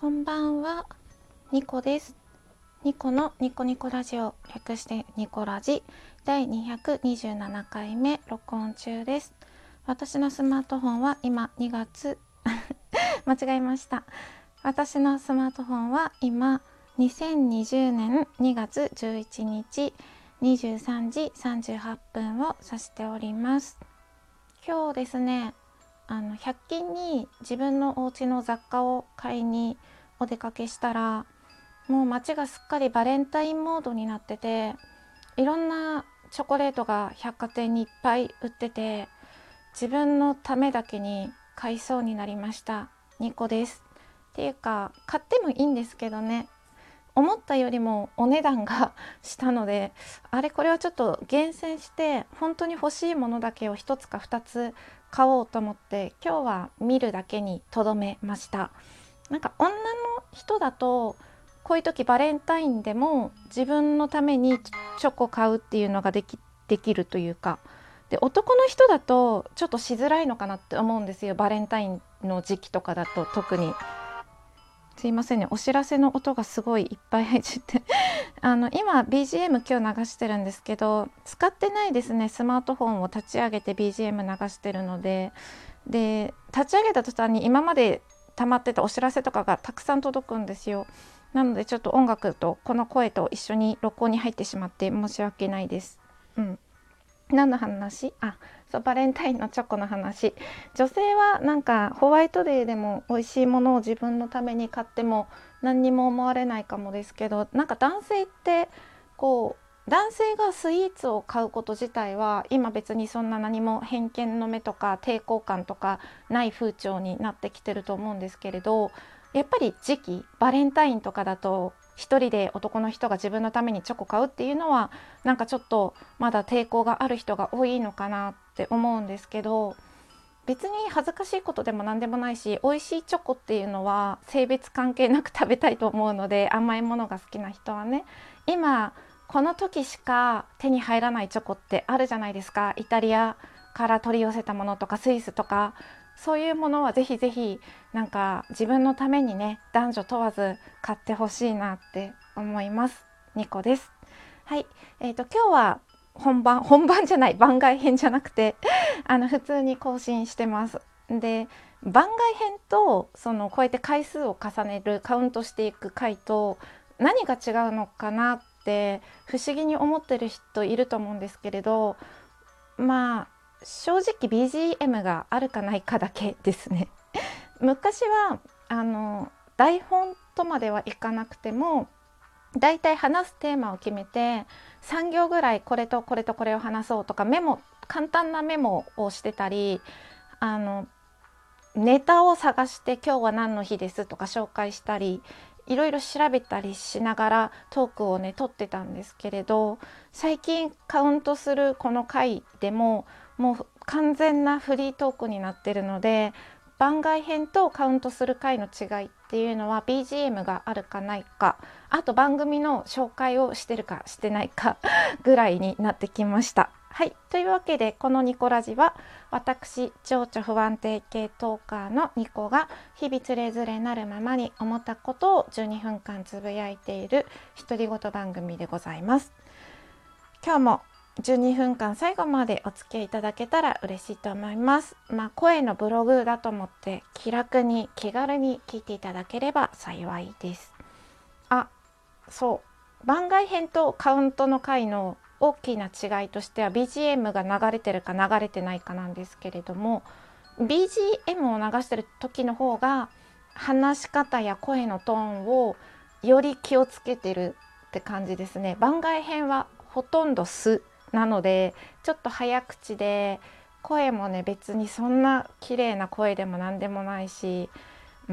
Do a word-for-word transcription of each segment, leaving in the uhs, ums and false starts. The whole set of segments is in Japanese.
こんばんは、ニコです。ニコのニコニコラジオ、略してニコラジだいにひゃくにじゅうななかいめ録音中です。私のスマートフォンは今にがつ間違えました。私のスマートフォンは今にせんにじゅうねんにがつじゅういちにちにじゅうさんじさんじゅうはっぷんを指しております。今日ですね、あのひゃく均に自分のお家の雑貨を買いにお出かけしたら、もう街がすっかりバレンタインモードになってて、いろんなチョコレートが百貨店にいっぱい売ってて、自分のためだけに買いそうになりました。にこです。っていうか買ってもいいんですけどね、思ったよりもお値段がしたので、あれこれはちょっと厳選して本当に欲しいものだけをひとつかふたつ買おうと思って、今日は見るだけにとどめました。なんか女の人だとこういう時バレンタインでも自分のためにチョコ買うっていうのができ、できるというか、で男の人だとちょっとしづらいのかなって思うんですよ。バレンタインの時期とかだと特に。すいませんね、お知らせの音がすごいいっぱい入っちゃってあの今 ビージーエム 今日流してるんですけど、使ってないですね。スマートフォンを立ち上げて ビージーエム 流してるので、で立ち上げた途端に今まで溜まってたお知らせとかがたくさん届くんですよ。なのでちょっと音楽とこの声と一緒に録音に入ってしまって申し訳ないです。うん。何の話？あ、そう、バレンタインのチョコの話。女性はなんかホワイトデーでも美味しいものを自分のために買っても何にも思われないかもですけど、なんか男性ってこう男性がスイーツを買うこと自体は今別にそんな何も偏見の目とか抵抗感とかない風潮になってきてると思うんですけれど、やっぱり時期バレンタインとかだと一人で男の人が自分のためにチョコ買うっていうのはなんかちょっとまだ抵抗がある人が多いのかなって思うんですけど、別に恥ずかしいことでも何でもないし、美味しいチョコっていうのは性別関係なく食べたいと思うので、甘いものが好きな人はね、今この時しか手に入らないチョコってあるじゃないですか。イタリアから取り寄せたものとかスイスとか、そういうものはぜひぜひなんか自分のためにね、男女問わず買ってほしいなって思います。ニコです。はい、えーと今日は本番本番じゃない、番外編じゃなくてあの普通に更新してます。で、番外編とそのこうやって回数を重ねるカウントしていく回と何が違うのかなって不思議に思ってる人いると思うんですけれど、まあ正直 ビージーエム があるかないかだけですね。昔はあの台本とまではいかなくても、だいたい話すテーマを決めてさん行ぐらいこれとこれとこれを話そうとか、メモ簡単なメモをしてたり、あのネタを探して今日は何の日ですとか紹介したり、いろいろ調べたりしながらトークをね取ってたんですけれど、最近カウントするこの回でももう完全なフリートークになってるので、番外編とカウントする回の違いっていうのは ビージーエム があるかないか、あと番組の紹介をしてるかしてないかぐらいになってきました。はい、というわけでこのニコラジは私情緒不安定系トーカーのニコが日々つれづれなるままに思ったことをじゅうにふんかんつぶやいている独り言番組でございます。今日もじゅうにふんかん最後までお付き合いいただけたら嬉しいと思います。まあ声のブログだと思って気楽に気軽に聞いていただければ幸いです。あ、そう番外編とカウントの回の大きな違いとしては ビージーエム が流れてるか流れてないかなんですけれども、 ビージーエム を流してる時の方が話し方や声のトーンをより気をつけてるって感じですね。番外編はほとんど素なので、ちょっと早口で声もね別にそんな綺麗な声でも何でもないし、うん、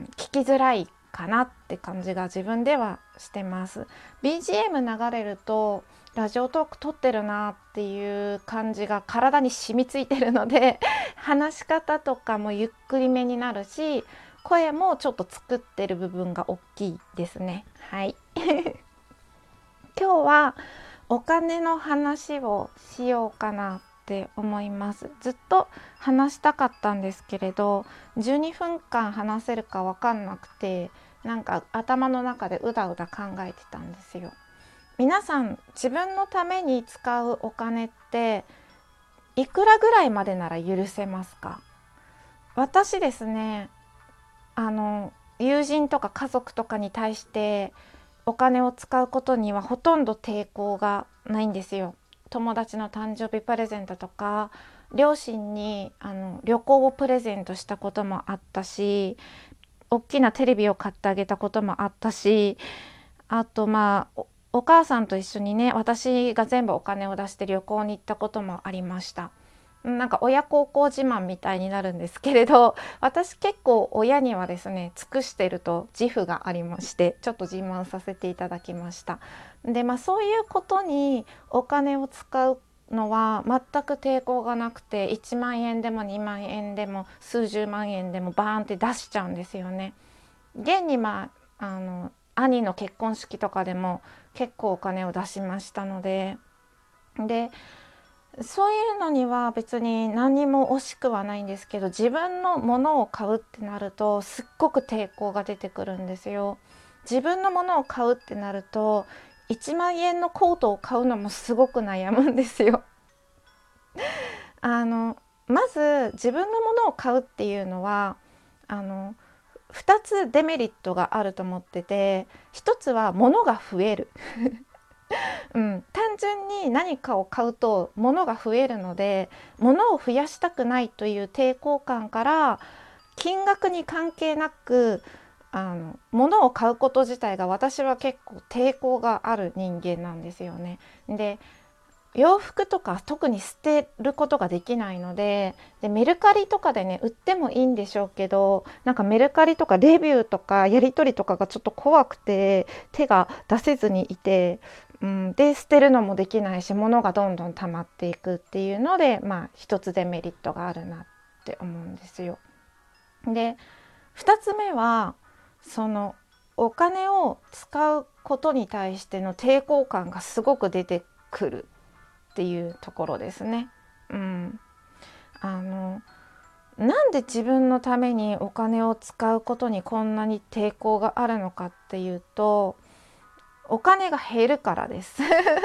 聞きづらいかなって感じが自分ではしてます。 ビージーエム 流れるとラジオトーク撮ってるなっていう感じが体に染みついてるので話し方とかもゆっくりめになるし、声もちょっと作ってる部分が大きいですね。はい今日はお金の話をしようかなって思います。ずっと話したかったんですけれど、じゅうにふんかん話せるか分かんなくて、 なんか頭の中でうだうだ考えてたんですよ。皆さん自分のために使うお金っていくらぐらいまでなら許せますか？私ですね、あの友人とか家族とかに対してお金を使うことにはほとんど抵抗がないんですよ。友達の誕生日プレゼントとか、両親にあの旅行をプレゼントしたこともあったし、大きなテレビを買ってあげたこともあったし、あとまあ お, お母さんと一緒にね、私が全部お金を出して旅行に行ったこともありました。なんか親孝行自慢みたいになるんですけれど、私結構親にはですね尽くしてると自負がありまして、ちょっと自慢させていただきました。でまあそういうことにお金を使うのは全く抵抗がなくて、いちまんえんでもにまんえんでも数十万円でもバーンって出しちゃうんですよね。現にまああの兄の結婚式とかでも結構お金を出しましたので、でそういうのには別に何にも惜しくはないんですけど、自分のものを買うってなるとすっごく抵抗が出てくるんですよ。自分のものを買うってなるといちまんえんのコートを買うのもすごく悩むんですよ。あのまず自分のものを買うっていうのはあのふたつデメリットがあると思ってて、ひとつは物が増えるうん、単純に何かを買うと物が増えるので、物を増やしたくないという抵抗感から金額に関係なくあの物を買うこと自体が私は結構抵抗がある人間なんですよね。で洋服とか特に捨てることができないので、でメルカリとかでね売ってもいいんでしょうけど、なんかメルカリとかレビューとかやり取りとかがちょっと怖くて手が出せずにいて、うん、で捨てるのもできないし物がどんどん溜まっていくっていうので、まあ一つデメリットがあるなって思うんですよ。でふたつめはそのお金を使うことに対しての抵抗感がすごく出てくるっていうところですね。うん、あのなんで自分のためにお金を使うことにこんなに抵抗があるのかっていうと、お金が減るからです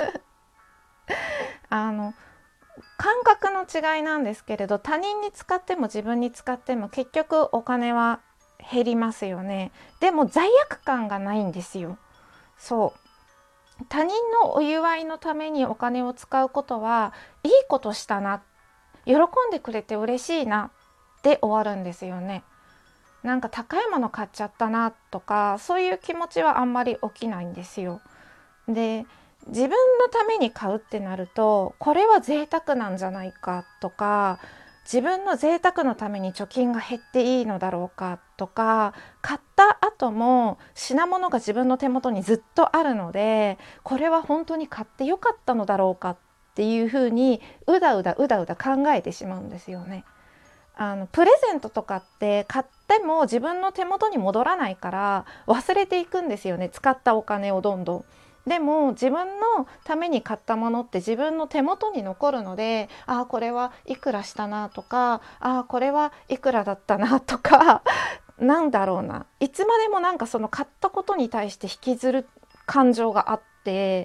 あの感覚の違いなんですけれど、他人に使っても自分に使っても結局お金は減りますよね。でも罪悪感がないんですよ。そう他人のお祝いのためにお金を使うことはいいことしたな、喜んでくれて嬉しいなで終わるんですよね。なんか高いもの買っちゃったなとかそういう気持ちはあんまり起きないんですよ。で自分のために買うってなると、これは贅沢なんじゃないかとか、自分の贅沢のために貯金が減っていいのだろうかとか、買った後も品物が自分の手元にずっとあるので、これは本当に買ってよかったのだろうかっていうふうにうだうだうだうだ考えてしまうんですよね。あのプレゼントとかって買っても自分の手元に戻らないから忘れていくんですよね、使ったお金をどんどん。でも自分のために買ったものって自分の手元に残るので、ああこれはいくらしたなとか、ああこれはいくらだったなとかなんだろうな、いつまでもなんかその買ったことに対して引きずる感情があって、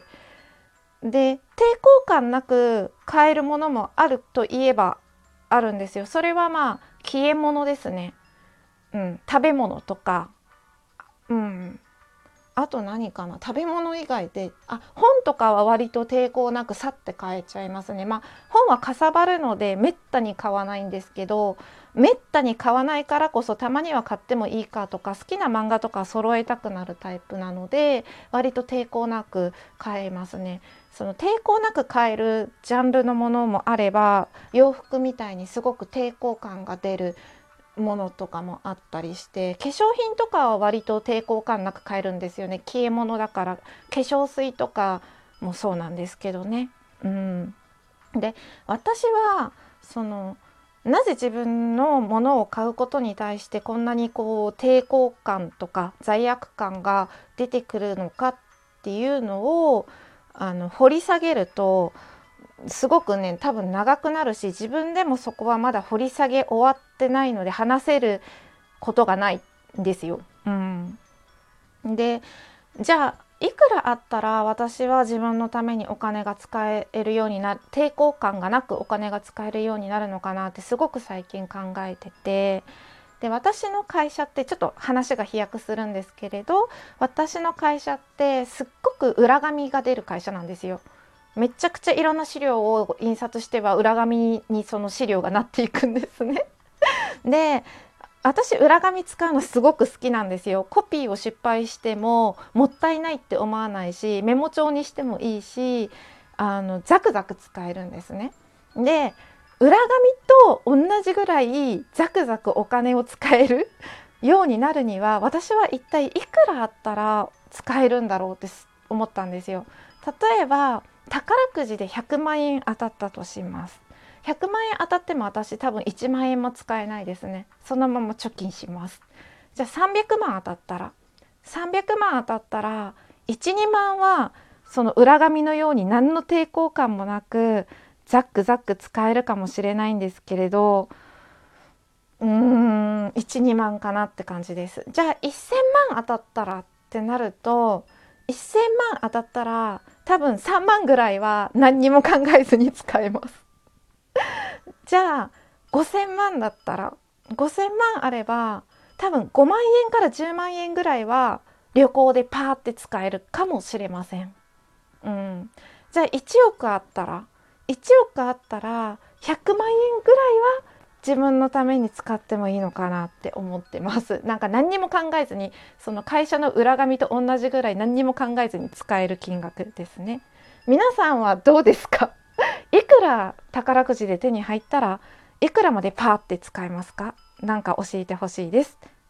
で抵抗感なく買えるものもあるといえばあるんですよ。それはまあ消え物ですね。うん、食べ物とか、うん、あと何かな、食べ物以外で、あ、本とかは割と抵抗なくさって買えちゃいますね。まあ本はかさばるのでめったに買わないんですけど、めったに買わないからこそたまには買ってもいいかとか、好きな漫画とか揃えたくなるタイプなので割と抵抗なく買えますね。その抵抗なく買えるジャンルのものもあれば、洋服みたいにすごく抵抗感が出るものとかもあったりして、化粧品とかは割と抵抗感なく買えるんですよね。消え物だから。化粧水とかもそうなんですけどね。うん、で私はそのなぜ自分のものを買うことに対してこんなにこう抵抗感とか罪悪感が出てくるのかっていうのをあの掘り下げるとすごくね多分長くなるし、自分でもそこはまだ掘り下げ終わってないので話せることがないんですよ。うん、 で、じゃあいくらあったら私は自分のためにお金が使えるようになる、抵抗感がなくお金が使えるようになるのかなってすごく最近考えてて、で私の会社ってちょっと話が飛躍するんですけれど、私の会社ってすっごく裏紙が出る会社なんですよ。めちゃくちゃいろんな資料を印刷しては裏紙にその資料がなっていくんですね。で、私裏紙使うのすごく好きなんですよ。コピーを失敗してももったいないって思わないし、メモ帳にしてもいいし、あのザクザク使えるんですね。で、裏紙と同じぐらいザクザクお金を使えるようになるには、私は一体いくらあったら使えるんだろうって思ったんですよ。例えば宝くじでひゃくまんえん当たったとします。ひゃくまんえん当たっても私多分いちまんえんも使えないですね。そのまま貯金します。じゃあさんびゃくまん当たったらさんびゃくまん当たったらいち、にまんはその裏紙のように何の抵抗感もなくザックザック使えるかもしれないんですけれど、うーんいち、にまんかなって感じです。じゃあせんまん当たったらってなると、せんまん当たったら多分さんまんぐらいは何にも考えずに使えます。じゃあごせんまんだったらごせんまんあれば多分ごまんえんからじゅうまんえんぐらいは旅行でパーって使えるかもしれません。うん、じゃあいちおくあったらいちおくあったらひゃくまんえんぐらいは自分のために使ってもいいのかなって思ってます。なんか何にも考えずに、その会社の裏紙と同じぐらい何にも考えずに使える金額ですね。皆さんはどうですか？いくら宝くじで手に入ったらいくらまでパーって使えますか？なんか教えてほしいです。